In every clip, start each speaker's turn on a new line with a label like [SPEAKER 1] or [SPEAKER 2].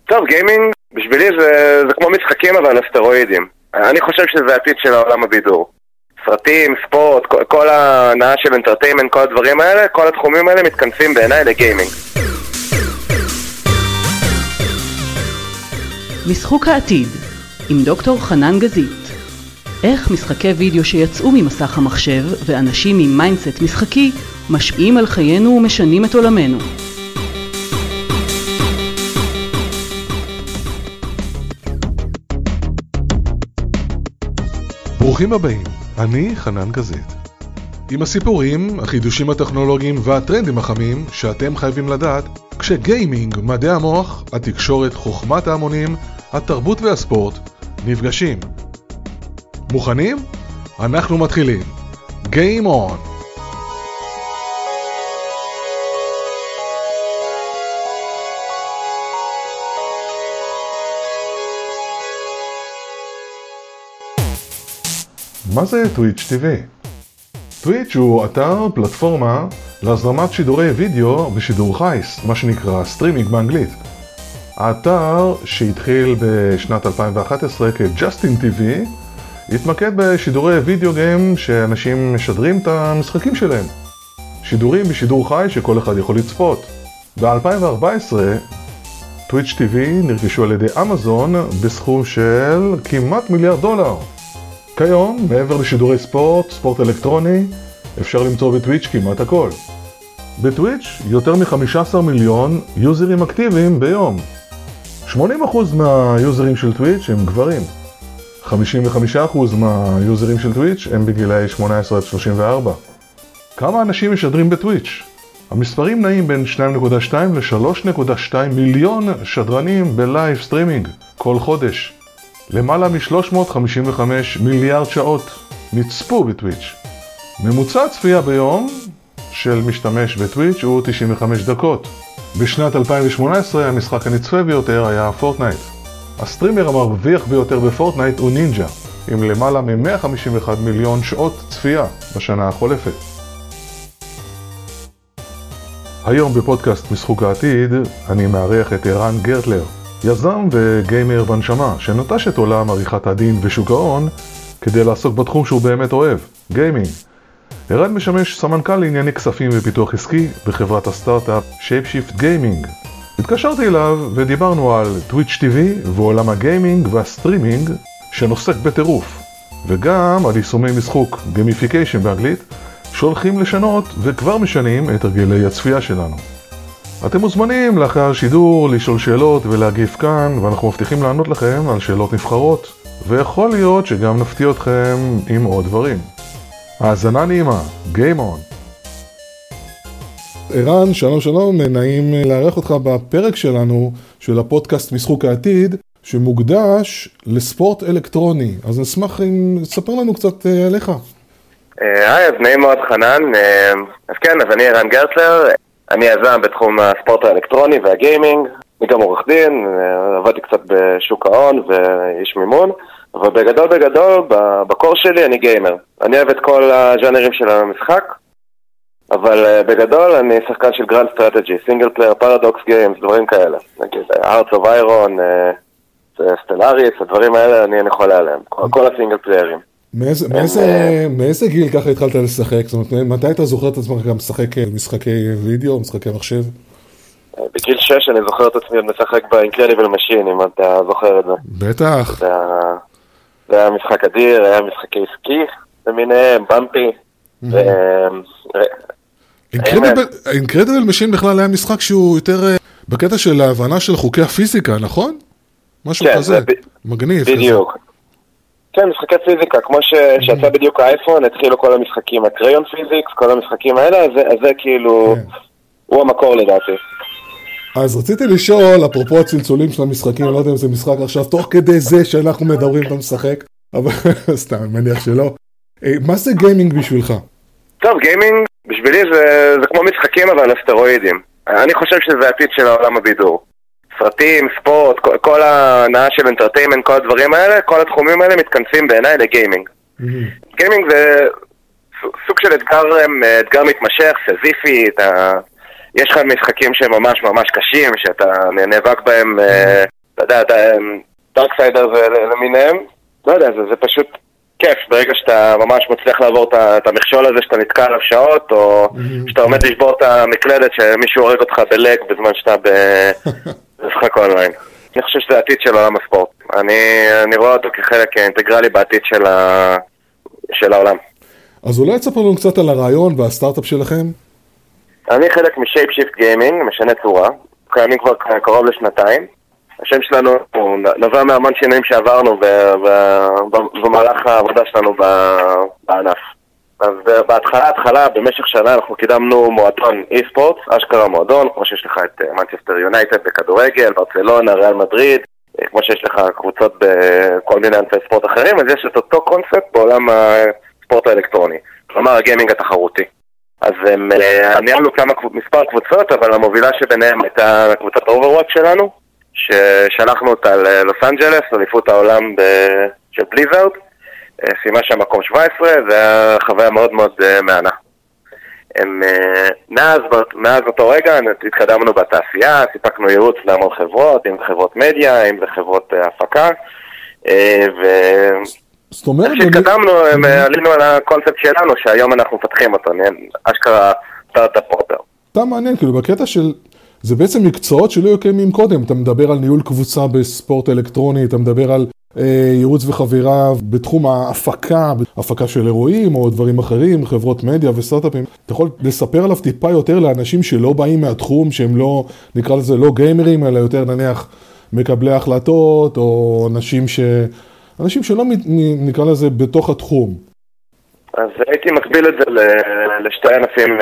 [SPEAKER 1] טוב, גיימינג בשבילי זה כמו משחקים אבל הסטרואידים. אני חושב שזה העתיד של העולם הבידור. סרטים, ספורט, כל ההנאה של אנטרטיימנט, כל הדברים האלה, כל התחומים האלה מתכנסים בעיניי לגיימינג.
[SPEAKER 2] משחוק העתיד עם דוקטור חנן גזית. איך משחקי וידאו שיצאו ממסך המחשב ואנשים עם מיינדסט משחקי משפיעים על חיינו ומשנים את עולמנו.
[SPEAKER 3] ברוכים הבאים, אני חנן גזית. עם הסיפורים, החידושים הטכנולוגיים והטרנדים החמים שאתם חייבים לדעת כשגיימינג, מדעי המוח, התקשורת, חוכמת ההמונים, התרבות והספורט נפגשים. מוכנים? אנחנו מתחילים. Game on! מה זה טוויץ' TV? טוויץ' הוא אתר, פלטפורמה להזרמת שידורי וידאו ושידור חי, מה שנקרא סטרימינג באנגלית. האתר שהתחיל בשנת 2011 כג'סטין TV התמקד בשידורי וידאו גיים שאנשים משדרים את המשחקים שלהם. שידורים בשידור חי שכל אחד יכול לצפות. ב-2014 טוויץ' TV נרכשו על ידי אמזון בסכום של כמעט $1 מיליארד. כיום, מעבר לשידורי ספורט, ספורט אלקטרוני, אפשר למצוא בטוויץ' כמעט הכל. בטוויץ' יותר מ-15 מיליון יוזרים אקטיביים ביום. 80% מהיוזרים של טוויץ' הם גברים. 55% מהיוזרים של טוויץ' הם בגילאי 18 עד 34. כמה אנשים משדרים בטוויץ'? המספרים נעים בין 2.2 ל-3.2 מיליון שדרנים בלייב סטרימינג כל חודש. למעלה מ-355 מיליארד שעות נצפו בטוויץ'. ממוצע צפייה ביום של משתמש בטוויץ' הוא 95 דקות. בשנת 2018 המשחק הנצפה ביותר היה פורטנייט. הסטרימר המרוויח ביותר בפורטנייט הוא נינג'ה, עם למעלה מ-151 מיליון שעות צפייה בשנה החולפת. היום בפודקאסט משחוק העתיד אני מארח את ערן גרטלר, יזם וגיימר בנשמה שנוטש את עולם עריכת הדין ושוק ההון כדי לעסוק בתחום שהוא באמת אוהב, גיימינג. ערן משמש סמנכ"ל לענייני כספים ופיתוח עסקי בחברת הסטארט-אפ שייפשיפט גיימינג. התקשרתי אליו ודיברנו על טוויץ' TV ועולם הגיימינג והסטרימינג שנוסק בטירוף, וגם על יישומי משחוק, גיימיפיקיישן באנגלית, שהולכים לשנות וכבר משנים את הרגלי הצפייה שלנו. אתם מוזמנים לאחר שידור לשאול שאלות ולהגיב כאן, ואנחנו מבטיחים לענות לכם על שאלות נבחרות, ויכול להיות שגם נפתיע אתכם עם עוד דברים. האזנה נעימה, Game on. ערן, שלום שלום, נעים לארח אותך בפרק שלנו של הפודקאסט משחוק העתיד, שמוקדש לספורט אלקטרוני. אז נשמח אם תספר לנו קצת עליך.
[SPEAKER 1] היי, אז נעים מאוד חנן. אז כן, אז אני ערן גרטלר. אני יזם בתחום הספורט האלקטרוני והגיימינג, אני גם עורך דין, עבדתי קצת בשוק ההון ואיש מימון, אבל בגדול, בקור שלי אני גיימר. אני אוהב את כל הז'אנרים של המשחק, אבל בגדול אני שחקן של גרנד סטרטג'י, סינגל פלייר, פרדוקס גיימס, דברים כאלה. נגיד, Hearts of Iron, סטלאריס, הדברים האלה אני יכול עליהם, כל הסינגל פליירים.
[SPEAKER 3] מאיזה גיל ככה התחלת לשחק? זאת אומרת, מתי אתה זוכר את עצמך גם משחק משחקי וידאו, משחקי מחשב?
[SPEAKER 1] בגיל 6 אני זוכר את עצמי משחק ב-Incredible Machine, אם אתה זוכר את זה.
[SPEAKER 3] בטח.
[SPEAKER 1] זה היה משחק אדיר, היה משחקי סקי, למיניהם, במפי.
[SPEAKER 3] Incredible Machine בכלל היה משחק שהוא יותר בקטע של ההבנה של חוקי הפיזיקה, נכון? משהו כזה, מגניב.
[SPEAKER 1] בדיוק. כן, משחקי פיזיקה, כמו שיצא בדיוק האייפון, התחילו כל המשחקים, הקריון פיזיקס, כל המשחקים האלה, אז זה כאילו, הוא המקור לדעתי.
[SPEAKER 3] אז רציתי לשאול, אפרופו הצלצולים של המשחקים, אני לא יודע אם זה משחק עכשיו, תוך כדי זה שאנחנו מדברים את המשחק, אבל סתם, אני מניח שלא. מה זה גיימינג בשבילך?
[SPEAKER 1] טוב, גיימינג בשבילי זה כמו משחקים אבל הסטרואידים. אני חושב שזה העתיד של העולם הבידור. סרטים, ספורט, כל ההנאה של אנטרטיימנט, כל הדברים האלה, כל התחומים האלה מתכנסים בעיניי לגיימינג. גיימינג זה סוג של אתגר מתמשך, סזיפי, יש לך משחקים שהם ממש ממש קשים, שאתה נאבק בהם אתה יודע, דארקסיידר למיניהם, לא יודע, זה פשוט כיף, ברגע שאתה ממש מצליח לעבור את המכשול הזה שאתה נתקע עליו שעות, או שאתה עומד לשבור את המקלדת שמישהו הורג אותך בלג בזמן שאתה במשחק אונליין. אני חושב שזה העתיד של עולם הספורט. אני רואה אותו כחלק אינטגרלי בעתיד של העולם.
[SPEAKER 3] אז אולי תספר לנו קצת על הרעיון והסטארט-אפ שלכם?
[SPEAKER 1] אני חלק משייפשיפט גיימינג, משנה צורה. קיימים כבר קרוב לשנתיים. השם שלנו נובע מהמון שינויים שעברנו במהלך העבודה שלנו בענף. אז בהתחלה, במשך שנה אנחנו קידמנו מועדון אי-ספורט, אשכרה מועדון, כמו שיש לך את מנצ'סטר יונייטד בכדורגל, ברצלונה, ריאל מדריד, כמו שיש לך קבוצות בכל מיני ענפי ספורט אחרים, אז יש את אותו קונספט בעולם הספורט האלקטרוני, כלומר הגיימינג התחרותי. אז ניהלנו מספר קבוצות, אבל המובילה שביניהם הייתה קבוצת אוברוואץ' שלנו, ששלחנו אותה ללוס אנג'לס, לאליפות העולם של בליזארד, סיימה שם מקום 17, זה היה חוויה מאוד מאוד מענה. מאז אותו רגע התקדמנו בתעשייה, סיפקנו ייעוץ להמון חברות, אם זה חברות מדיה, אם זה חברות הפקה, כשהתקדמנו, עלינו על הקונספט שלנו, שהיום אנחנו מפתחים אותו, אשכרה סטארט-אפ פרופר.
[SPEAKER 3] אתה מעניין, כאילו בקטע של, זה בעצם מקצועות שלא היו קיימים קודם, אתה מדבר על ניהול קבוצה בספורט אלקטרוני, אתה מדבר על ייעוץ וחבירה בתחום ההפקה של אירועים או דברים אחרים, חברות מדיה וסטארט-אפים. אתה יכול לספר עליו טיפה יותר לאנשים שלא באים מהתחום, שהם לא, נקרא לזה לא גיימרים, אלא יותר נניח מקבלי החלטות, או אנשים שלא נקרא לזה בתוך התחום.
[SPEAKER 1] אז הייתי מקביל את זה לשתי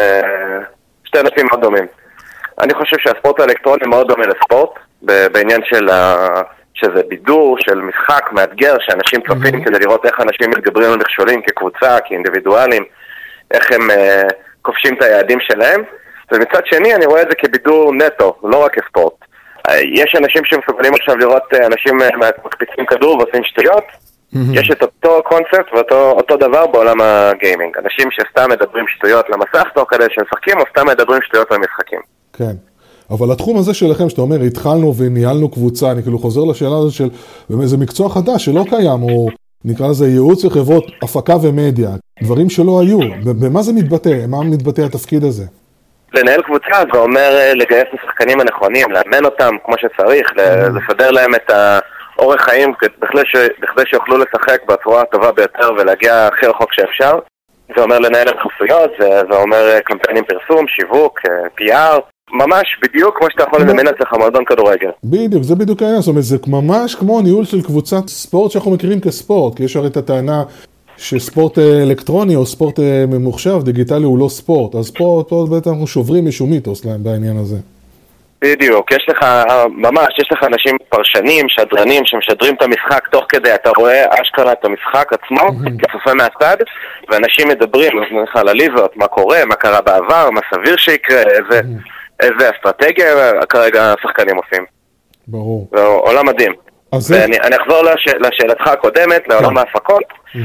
[SPEAKER 1] ענפים מאוד דומים. אני חושב שהספורט האלקטרוני מאוד דומה לספורט, בעניין שזה בידור של משחק מאתגר, שאנשים צופים כדי לראות איך אנשים מתגברים על מכשולים כקבוצה, כאינדיבידואלים, איך הם כובשים את היעדים שלהם. ומצד שני אני רואה את זה כבידור נטו, לא רק כספורט. יש אנשים שמסוגלים עכשיו לראות אנשים מקפיצים כדור ועושים שטויות, יש את אותו קונספט ואותו דבר בעולם הגיימינג. אנשים שסתם מדברים שטויות למסך תוך כדי שמשחקים, או סתם מדברים שטויות למשחקים.
[SPEAKER 3] כן. אבל התחום הזה שלכם, שאתה אומר, התחלנו וניהלנו קבוצה, אני כאילו חוזר לשאלה הזאת של, זה מקצוע חדש שלא קיים, או נקרא לזה ייעוץ לחברות הפקה ומדיה, דברים שלא היו. במה זה מתבטא? מה מתבטא התפקיד הזה?
[SPEAKER 1] לנהל קבוצה זה אומר לגייס לשחקנים הנכונים, לאמן אותם כמו שצריך, לסדר להם את האורח חיים, בכדי שיוכלו לשחק בצורה הטובה ביותר ולהגיע הכי רחוק שאפשר. זה אומר לנהל חסויות, זה אומר קמפיינים פרסום, שיווק, PR, ממש בדיוק כמו שאתה יכול לדמיין אצלך מועדון כדורגל.
[SPEAKER 3] בדיוק, זה בדיוק היה, זאת אומרת, זה ממש כמו ניהול של קבוצת ספורט שאנחנו מכירים כספורט, כי יש הרי את הטענה שספורט אלקטרוני או ספורט ממוחשב, דיגיטלי הוא לא ספורט, אז פה בעצם אנחנו שוברים משהו מיתוס בעניין הזה.
[SPEAKER 1] בדיוק, יש לך אנשים פרשנים, שדרנים, שמשדרים את המשחק תוך כדי, אתה רואה אשכרה את המשחק עצמו, כצופה מהצד, ואנשים מדברים על הליזות, מה קורה, מה קרה בעבר, מה סביר שיקרה, איזה אסטרטגיה כרגע השחקנים עושים.
[SPEAKER 3] ברור.
[SPEAKER 1] זה עולם מדהים. ואני אחזור לשאלתך הקודמת, לעולם ההפקות.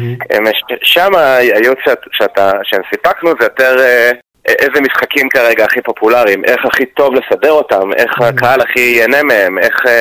[SPEAKER 1] שם הייעוץ שהם סיפקנו זה יותר איזה משחקים כרגע הכי פופולריים, איך הכי טוב לסדר אותם, איך הקהל הכי ייהנה מהם,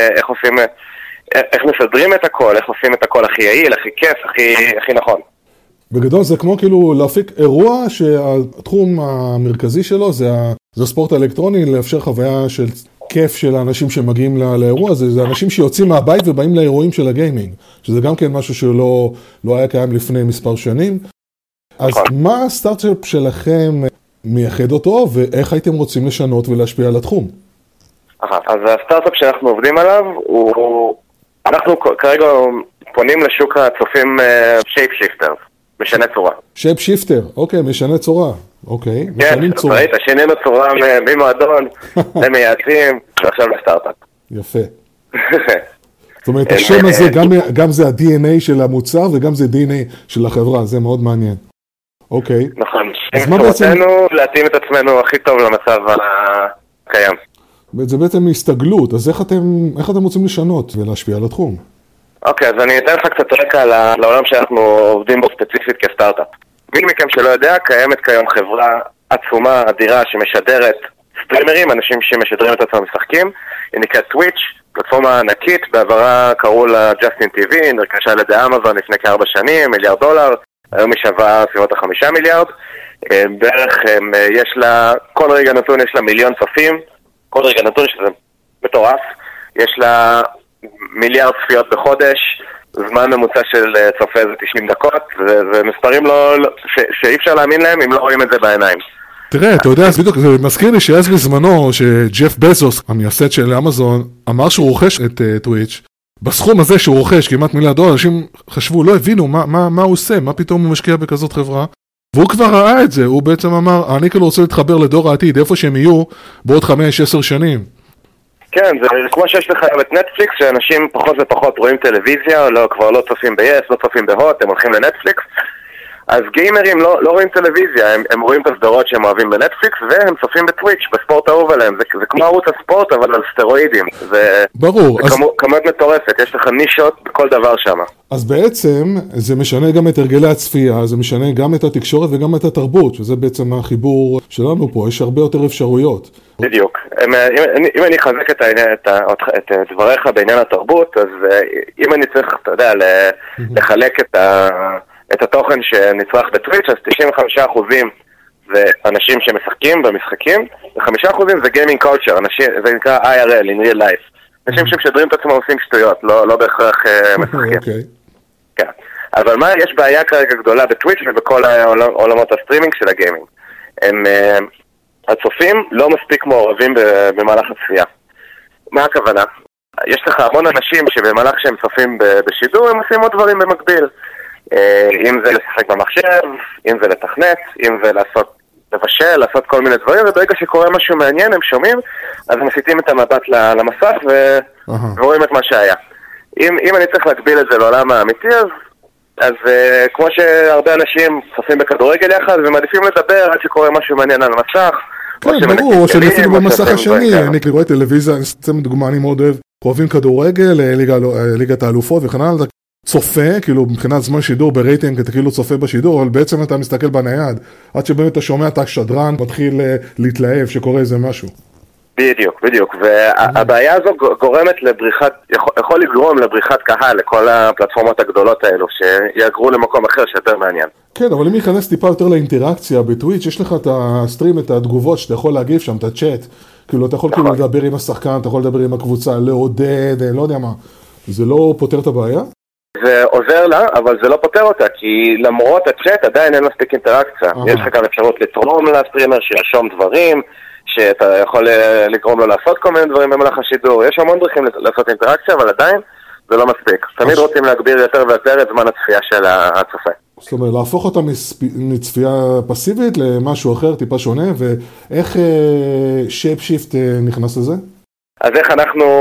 [SPEAKER 1] איך מסדרים את הכל, איך עושים את הכל הכי יעיל, הכי כיף, הכי נכון.
[SPEAKER 3] בגדול זה כמו כאילו להפיק אירוע שהתחום המרכזי שלו זה הספורט האלקטרוני, לאפשר חוויה של כיף של האנשים שמגיעים לאירוע הזה, זה אנשים שיוצאים מהבית ובאים לאירועים של הגיימינג, שזה גם כן משהו שלא היה קיים לפני מספר שנים. אז מה הסטארט-אפ שלכם מייחד אותו, ואיך הייתם רוצים לשנות ולהשפיע על התחום?
[SPEAKER 1] אז הסטארט-אפ שאנחנו עובדים עליו, אנחנו כרגע פונים לשוק הצופים שייפשיפטר, משנה צורה.
[SPEAKER 3] שייפשיפטר, אוקיי, משנה צורה. אוקיי,
[SPEAKER 1] כן, ראית, שינינו צורה ממועדון, למייעצים, ועכשיו לסטארט-אפ.
[SPEAKER 3] יפה. זאת אומרת, השם הזה, גם זה ה-DNA של המוצר, וגם זה DNA של החברה, זה מאוד מעניין. אוקיי.
[SPEAKER 1] נכון, חובתנו להתאים את עצמנו הכי טוב למצב הקיים.
[SPEAKER 3] זה בעצם הסתגלות, אז איך אתם רוצים לשנות ולהשפיע על התחום?
[SPEAKER 1] אוקיי, אז אני אתן לך קצת רקע לעולם שאנחנו עובדים בו ספציפית כסטארט-אפ. מי מכם שלא יודע, קיימת כיום חברה עצומה, אדירה, שמשדרת סטרימרים, אנשים שמשדרים את עצמם משחקים, היא נקראת טוויץ', פלטפורמה ענקית, בעברה קראו לה ג'סטין TV, נרכשה על ידי אמזון לפני כ4 שנים, $1 מיליארד, היום היא שווה סביבות ה5 מיליארד, בערך יש לה, כל רגע נתון יש לה 1,000,000 צופים, כל רגע נתון שזה מטורף, יש לה 1 מיליארד צפיות בחודש, זמן ממוצע של צופה זה 90 דקות, זה מספרים שאי אפשר להאמין להם אם לא רואים את זה בעיניים.
[SPEAKER 3] תראה, אתה יודע, בדיוק, זה מזכיר לי שאז בזמנו שג'ף בזוס, המייסד של אמזון, אמר שהוא רוכש את טוויץ'. בסכום הזה שהוא רוכש כמעט $1 מיליארד, אנשים חשבו, לא הבינו מה הוא עושה, מה פתאום הוא משקיע בכזאת חברה. והוא כבר ראה את זה, הוא בעצם אמר, אני כאילו רוצה להתחבר לדור העתיד, איפה שהם יהיו בעוד 5-10 שנים.
[SPEAKER 1] כן, זה כמו שיש לך את נטפליקס, שאנשים פחות ופחות רואים טלוויזיה, כבר לא צופים ב-yes, לא צופים בהוט, הם הולכים לנטפליקס. אז גיימרים לא רואים טלוויזיה, הם רואים את הסדרות שהם אוהבים בנטפליקס, והם צופים בטוויץ', בספורט האהוב עליהם. זה כמו ערוץ הספורט, אבל על סטרואידים.
[SPEAKER 3] ברור.
[SPEAKER 1] זה כמות מטורפת, יש לך נישות בכל דבר שם.
[SPEAKER 3] אז בעצם זה משנה גם את הרגלי הצפייה, זה משנה גם את התקשורת וגם את התרבות, שזה בעצם החיבור שלנו פה, יש הרבה יותר אפשרויות.
[SPEAKER 1] בדיוק. אם אני אחזק את דבריך בעניין התרבות, אז אם אני צריך, אתה יודע, לחלק את התוכן שנצרך בטוויץ', אז 95% זה אנשים שמשחקים במשחקים, ו5% זה גיימינג קולצ'ר, זה נקרא IRL, in real life. אנשים שמשדרים את עצמם עושים שטויות, לא בהכרח משחקים. כן. אבל יש בעיה כרגע גדולה בטוויץ' ובכל עולמות הסטרימינג של הגיימינג. הצופים לא מספיק מעורבים במהלך הצפייה. מה הכוונה? יש לך המון אנשים שבמהלך שהם צופים בשידור, הם עושים עוד דברים במקביל. אם זה לשחק במחשב, אם זה לתכנת, אם זה לבשל, לעשות כל מיני דברים, וברגע שקורה משהו מעניין, הם שומעים, אז הם מסיטים את המבט למסך ורואים את מה שהיה. אם אני צריך להגביל את זה לעולם האמיתי, אז כמו שהרבה אנשים צופים בכדורגל יחד, ומעדיפים לדבר עד שקורה משהו מעניין על המסך.
[SPEAKER 3] כן, ברור, שאני אפילו במסך השני, אני רואה טלוויזיה, אני אעשה דוגמה, אני מאוד אוהבים כדורגל, ליגת האלופות וכן הלאה, צופה, כאילו מבחינת זמן שידור ברייטינג, אתה כאילו צופה בשידור, אבל בעצם אתה מסתכל בנייד, עד שבאמת אתה שומע את השדרן, מתחיל להתלהב שקורה איזה משהו.
[SPEAKER 1] בדיוק, והבעיה הזו גורמת לבריחת, יכול לגרום לבריחת קהל לכל הפלטפורמות הגדולות האלו, שיגרו למקום אחר שיותר מעניין.
[SPEAKER 3] כן, אבל אם ייכנס טיפה יותר לאינטראקציה בטוויץ', יש לך את הסטרים, את התגובות שאתה יכול להגיב שם, את הצ'אט, כאילו אתה יכול כאילו לדבר עם השחקן, אתה יכול לדבר עם הקבוצה, לעודד, לא יודע מה, זה לא פותר את הבעיה?
[SPEAKER 1] זה עוזר לה, אבל זה לא פותר אותה, כי למרות הצ'אט עדיין אין מספיק אינטראקציה. יש לך גם אפשרות לתרום לסטרימר, שירשום דברים, שאתה יכול לגרום לו לעשות כל מיני דברים במהלך השידור. יש המון דרכים לעשות אינטראקציה, אבל עדיין זה לא מספיק. תמיד רוצים להגביר יותר ויותר את זמן הצפייה של הצופה.
[SPEAKER 3] זאת אומרת, להפוך אותה מצפייה פסיבית למשהו אחר, טיפה שונה, ואיך שייפ שיפט נכנס לזה?
[SPEAKER 1] אז איך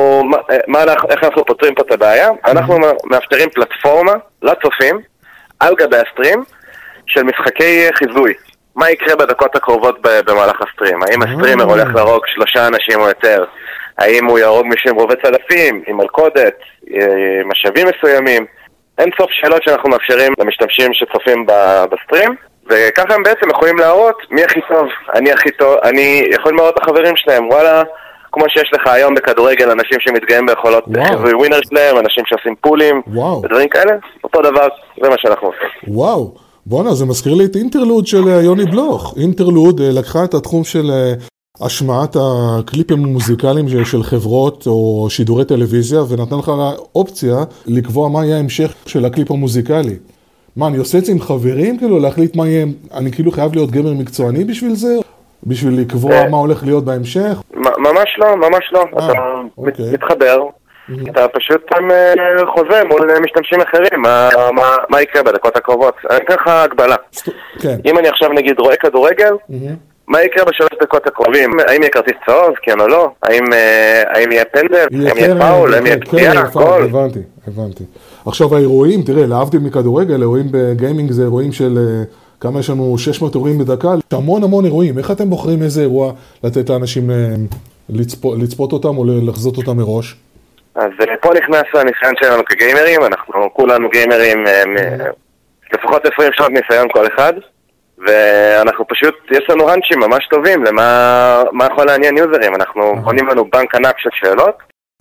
[SPEAKER 1] אנחנו פותרים פה את הבעיה? אנחנו מאפשרים פלטפורמה לצופים על גבי הסטרים של משחקי חיזוי. מה יקרה בדקות הקרובות במהלך הסטרים? האם הסטרימר הולך להרוג 3 אנשים או יותר? האם הוא יהרוג מישהו עם רובי צלפים, עם מלכודת, משאבים מסוימים? אין סוף שאלות שאנחנו מאפשרים למשתמשים שצופים בסטרים, וככה הם בעצם יכולים להראות מי הכי טוב, אני הכי טוב, אני יכול לראות את החברים שלהם, וואלה, כמו שיש לך היום בכדורגל, אנשים שמתגאים ביכולות ווינר שלהם, אנשים שעושים פולים, ודברים כאלה, אותו דבר, זה מה שאנחנו עושים.
[SPEAKER 3] וואו, בוא'נה, זה מזכיר לי את אינטרלוד של יוני בלוך. אינטרלוד לקחה את התחום של השמעת הקליפים מוזיקליים של חברות או שידורי טלוויזיה, ונתן לך אופציה לקבוע מה יהיה ההמשך של הקליפ המוזיקלי. מה, אני עושה את זה עם חברים, כאילו, להחליט מה יהיה, אני כאילו חייב להיות גמר מקצועני בשביל זה? בשביל לקבוע מה הולך להיות בהמשך?
[SPEAKER 1] ממש לא. אתה מתחבר, אתה פשוט חוזה מול משתמשים אחרים, מה יקרה בדקות הקרובות. אני אתן לך הגבלה. אם אני עכשיו נגיד רואה כדורגל, מה יקרה ב3 דקות הקרובים? האם יהיה כרטיס צהוב, כן או לא? האם יהיה פנדל? האם יהיה פאול? האם יהיה פציעה? גול?
[SPEAKER 3] הבנתי. עכשיו האירועים, תראה, להבדיל מכדורגל, אירועים בגיימינג זה אירועים של כמה יש לנו 600 אירועים בדקה, יש המון אירועים. איך אתם בוחרים איזה אירוע לתת לאנשים לצפות אותם או לחזות אותם מראש?
[SPEAKER 1] אז פה נכנס הניסיון שלנו כגיימרים, אנחנו כולנו גיימרים, לפחות 20 שעות ניסיון כל אחד, ואנחנו פשוט, יש לנו ראנצ'ים ממש טובים למה יכול לעניין יוזרים, אנחנו בונים לנו בנק ענק של שאלות,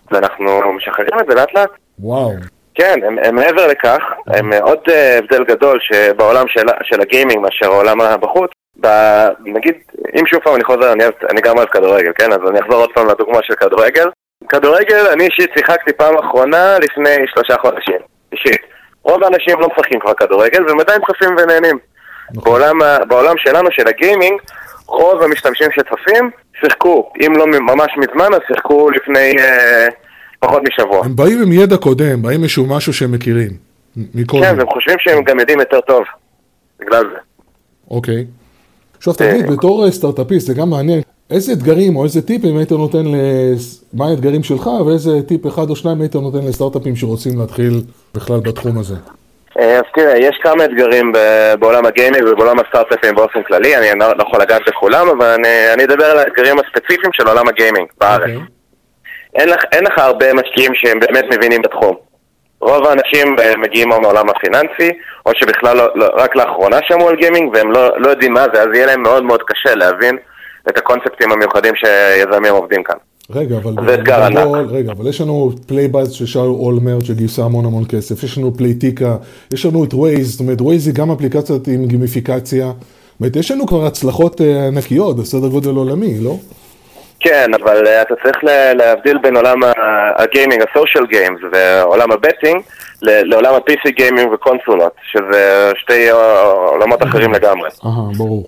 [SPEAKER 1] ואנחנו משחררים את זה לאט לאט.
[SPEAKER 4] וואו.
[SPEAKER 1] כן, הם מעבר לכך, הם עוד הבדל גדול שבעולם של הגיימינג מאשר העולם בחוץ. נגיד, אם שוב פעם אני חוזר, אני גם אוהב כדורגל, כן? אז אני אחזור עוד פעם לדוגמה של כדורגל. כדורגל, אני אישית שיחקתי פעם אחרונה לפני 3 חודשים. אישית. רוב האנשים לא משחקים כבר כדורגל, והם עדיין צופים ונהנים. בעולם שלנו, של הגיימינג, רוב המשתמשים שצופים שיחקו. אם לא ממש מזמן, אז שיחקו לפני פחות משבוע.
[SPEAKER 4] הם באים עם ידע קודם, באים משהו משהו שהם מכירים.
[SPEAKER 1] כן, הם חושבים שהם גם יודעים יותר טוב. בגלל זה.
[SPEAKER 4] אוקיי. עכשיו תגיד, בתור סטארט-אפיסט, זה גם מעניין. איזה אתגרים או איזה טיפים היית נותן מה האתגרים שלך, ואיזה טיפ 1 או 2 היית נותן לסטארט-אפים שרוצים להתחיל בכלל בתחום הזה?
[SPEAKER 1] אז תראה, יש כמה אתגרים בעולם הגיימינג ובעולם הסטארט-אפים באופן כללי, אני לא יכול לגעת בכולם, אבל אני אדבר על האתגרים הספציפיים של עולם הגיימינג בארץ. אין לך הרבה משקיעים שהם באמת מבינים בתחום. רוב האנשים מגיעים מהעולם הפיננסי, או שבכלל רק לאחרונה שמעו על גיימינג, והם לא יודעים מה זה, אז יהיה להם מאוד מאוד קשה להבין את הקונספטים המיוחדים שיזמים עובדים כאן.
[SPEAKER 4] רגע, אבל יש לנו פלייבאז של שאול אולמרט שגייסה המון כסף, יש לנו פלייטיקה, יש לנו את ווייז, זאת אומרת ווייז היא גם אפליקציות עם גימיפיקציה, זאת אומרת יש לנו כבר הצלחות ענקיות בסדר גודל עולמי, לא?
[SPEAKER 1] כן, אבל אתה צריך להבדיל בין עולם הגיימינג, הסושיאל גיימס ועולם הבטינג, לעולם ה-PC גיימינג וקונסולות, שזה שתי עולמות אחרים לגמרי.
[SPEAKER 4] ברור.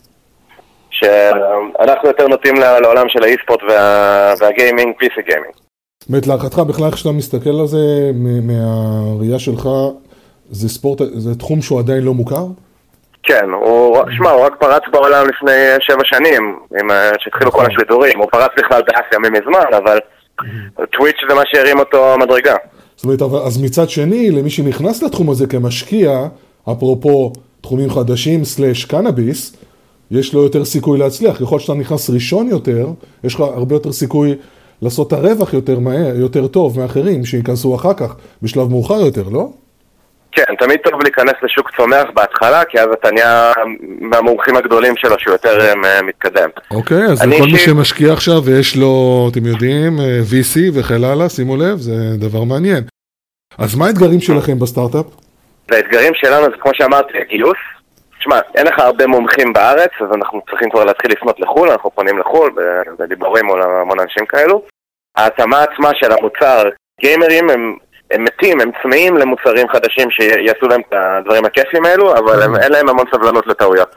[SPEAKER 1] שאנחנו יותר נוטים לעולם של האי-ספורט והגיימינג, PC גיימינג.
[SPEAKER 4] זאת אומרת, להערכתך בכלל כשאתה מסתכל על זה, מהראייה שלך, זה ספורט, זה תחום שהוא עדיין לא מוכר?
[SPEAKER 1] כן, הוא רק פרץ בעולם לפני 7 שנים, שהתחילו כל השידורים, הוא פרץ בכלל באסיה מזמן, אבל טוויץ' זה מה שהרים אותו מדרגה.
[SPEAKER 4] זאת אומרת, אז מצד שני, למי שנכנס לתחום הזה כמשקיע, אפרופו תחומים חדשים / קנאביס, יש לו יותר סיכוי להצליח. ככל שאתה נכנס ראשון יותר, יש לך הרבה יותר סיכוי לעשות את הרווח יותר מהר, יותר טוב מאחרים, שיכנסו אחר כך, בשלב מאוחר יותר, לא?
[SPEAKER 1] כן, תמיד טוב להיכנס לשוק צומח בהתחלה, כי אז אתה נהיה מהמומחים הגדולים שלו שהוא יותר מתקדם.
[SPEAKER 4] אוקיי, אז כל מי שמשקיע עכשיו ויש לו, אתם יודעים, VC וכן הלאה, שימו לב, זה דבר מעניין. אז מה האתגרים שלכם בסטארט-אפ?
[SPEAKER 1] האתגרים שלנו זה כמו שאמרתי, גיוס. תשמע, אין לך הרבה מומחים בארץ, אז אנחנו צריכים כבר להתחיל לפנות לחול, אנחנו פונים לחול, בדיבורים מול המון אנשים כאלו. ההתאמה עצמה של המוצר, גיימרים הם מתים, הם צמאים למוצרים חדשים שיעשו להם את הדברים הכיפים האלו, אבל אין להם המון סבלנות לטעויות.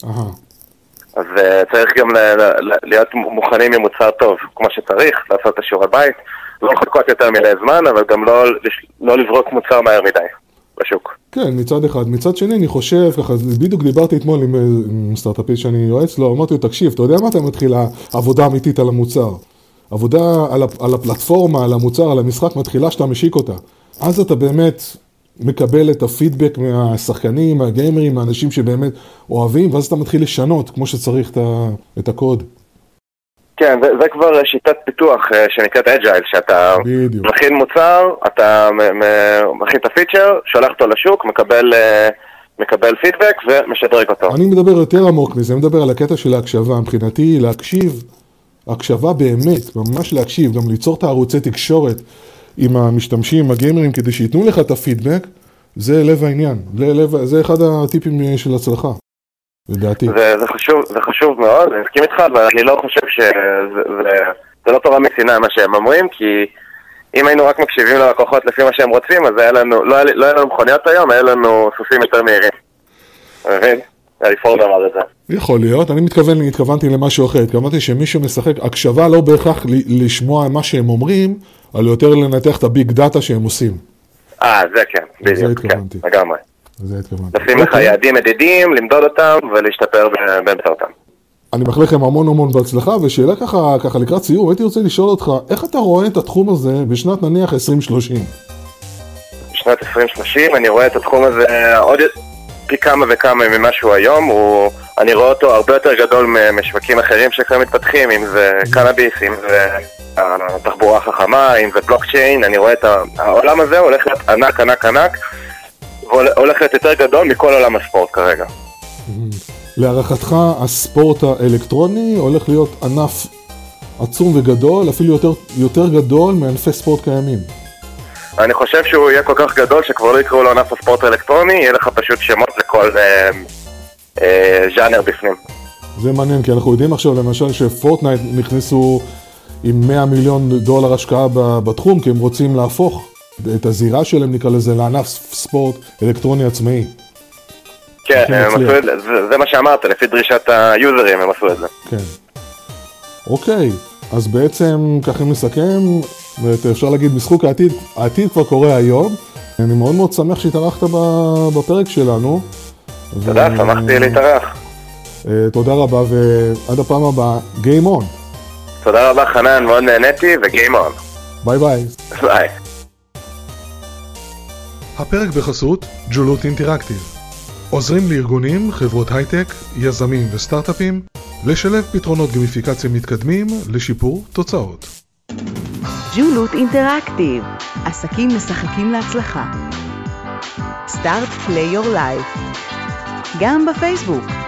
[SPEAKER 1] אז צריך גם להיות מוכנים עם מוצר טוב, כמו שצריך, לעשות את השיעורי בית, לא לחכות יותר מדי זמן, אבל גם לא לזרוק מוצר מהר מדי בשוק.
[SPEAKER 4] כן, מצד אחד. מצד שני, אני חושב, ככה, בדיוק דיברתי אתמול עם סטארט-אפיסט שאני יועץ לו, אמרתי לו, תקשיב, אתה יודע מה אתה מתחיל העבודה האמיתית על המוצר? עבודה על הפלטפורמה, על המוצר, על המשחק, מתחילה שאתה משיק אותה. אז אתה באמת מקבל את הפידבק מהשחקנים, מהגיימרים, מהאנשים שבאמת אוהבים, ואז אתה מתחיל לשנות כמו שצריך את הקוד.
[SPEAKER 1] כן, זה כבר שיטת פיתוח שנקראת אג'ייל, שאתה מכין מוצר, אתה מכין את הפיצ'ר, שולח אותו לשוק, מקבל פידבק ומשדרג אותו.
[SPEAKER 4] אני מדבר יותר עמוק מזה, אני מדבר על הקטע של ההקשבה, מבחינתי להקשיב, הקשבה באמת, ממש להקשיב, גם ליצור את הערוצי תקשורת עם המשתמשים, עם הגיימרים, כדי שיתנו לך את הפידבק, זה לב העניין, זה אחד הטיפים של הצלחה. לדעתי.
[SPEAKER 1] זה חשוב מאוד, אני מסכים איתך, אבל אני לא חושב שזה לא תורה מסיני מה שהם אומרים, כי אם היינו רק מקשיבים ללקוחות לפי מה שהם רוצים, אז לא היה לנו מכוניות היום, היה לנו סוסים יותר מהירים. אתה מבין? פורד אמר את זה.
[SPEAKER 4] יכול להיות, אני התכוונתי למשהו אחר, התכוונתי שמי שמשחק, הקשבה לא בהכרח לשמוע מה שהם אומרים, אבל יותר לנתח את הביג דאטה שהם עושים.
[SPEAKER 1] זה כן, בדיוק, כן, לגמרי.
[SPEAKER 4] זה התכוונתי.
[SPEAKER 1] לשים לך יעדים מדידים, למדוד אותם ולהשתפר באמצעותם.
[SPEAKER 4] אני מאחל לכם המון בהצלחה, ושאלה ככה לקראת סיום, הייתי רוצה לשאול אותך, איך אתה רואה את התחום הזה בשנת נניח 2030?
[SPEAKER 1] בשנת 2030 אני רואה את התחום הזה עוד פי כמה וכמה ממה שהוא היום, אני רואה אותו הרבה יותר גדול משווקים אחרים שכבר מתפתחים, אם זה קנאביס, אם זה תחבורה חכמה, אם זה בלוקצ'יין, אני רואה את העולם הזה הולך להיות ענק, והולך להיות יותר גדול מכל עולם הספורט כרגע.
[SPEAKER 4] להערכתך, הספורט האלקטרוני הולך להיות ענף עצום וגדול, אפילו יותר גדול מענפי ספורט קיימים.
[SPEAKER 1] אני חושב שהוא יהיה כל כך גדול שכבר לא יקראו לו ענף הספורט האלקטרוני, יהיה לך פשוט שמות לכל ז'אנר בפנים.
[SPEAKER 4] זה מעניין, כי אנחנו יודעים עכשיו למשל שפורטנייט נכנסו עם $100 מיליון השקעה בתחום, כי הם רוצים להפוך את הזירה שלהם, נקרא לזה, לענף ספורט אלקטרוני עצמאי.
[SPEAKER 1] כן, זה מה שאמרת, לפי דרישת היוזרים הם עשו את זה.
[SPEAKER 4] כן. אוקיי, אז בעצם ככה נסכם, אפשר להגיד משחק העתיד כבר קורה היום. אני מאוד מאוד שמח שהתארחת בפרק שלנו.
[SPEAKER 1] תודה, שמחתי להתארח.
[SPEAKER 4] תודה רבה, ועד הפעם הבאה, Game On.
[SPEAKER 1] תודה רבה חנן, מאוד נהניתי, ו-Game On.
[SPEAKER 4] ביי ביי.
[SPEAKER 1] ביי.
[SPEAKER 3] הפרק בחסות ג'ולות אינטראקטיב. עוזרים לארגונים, חברות הייטק, יזמים וסטארט-אפים לשלב פתרונות גמיפיקציה מתקדמים לשיפור תוצאות.
[SPEAKER 2] ג'ולות אינטראקטיב, עסקים משחקים להצלחה. Start Play Your Life, גם בפייסבוק.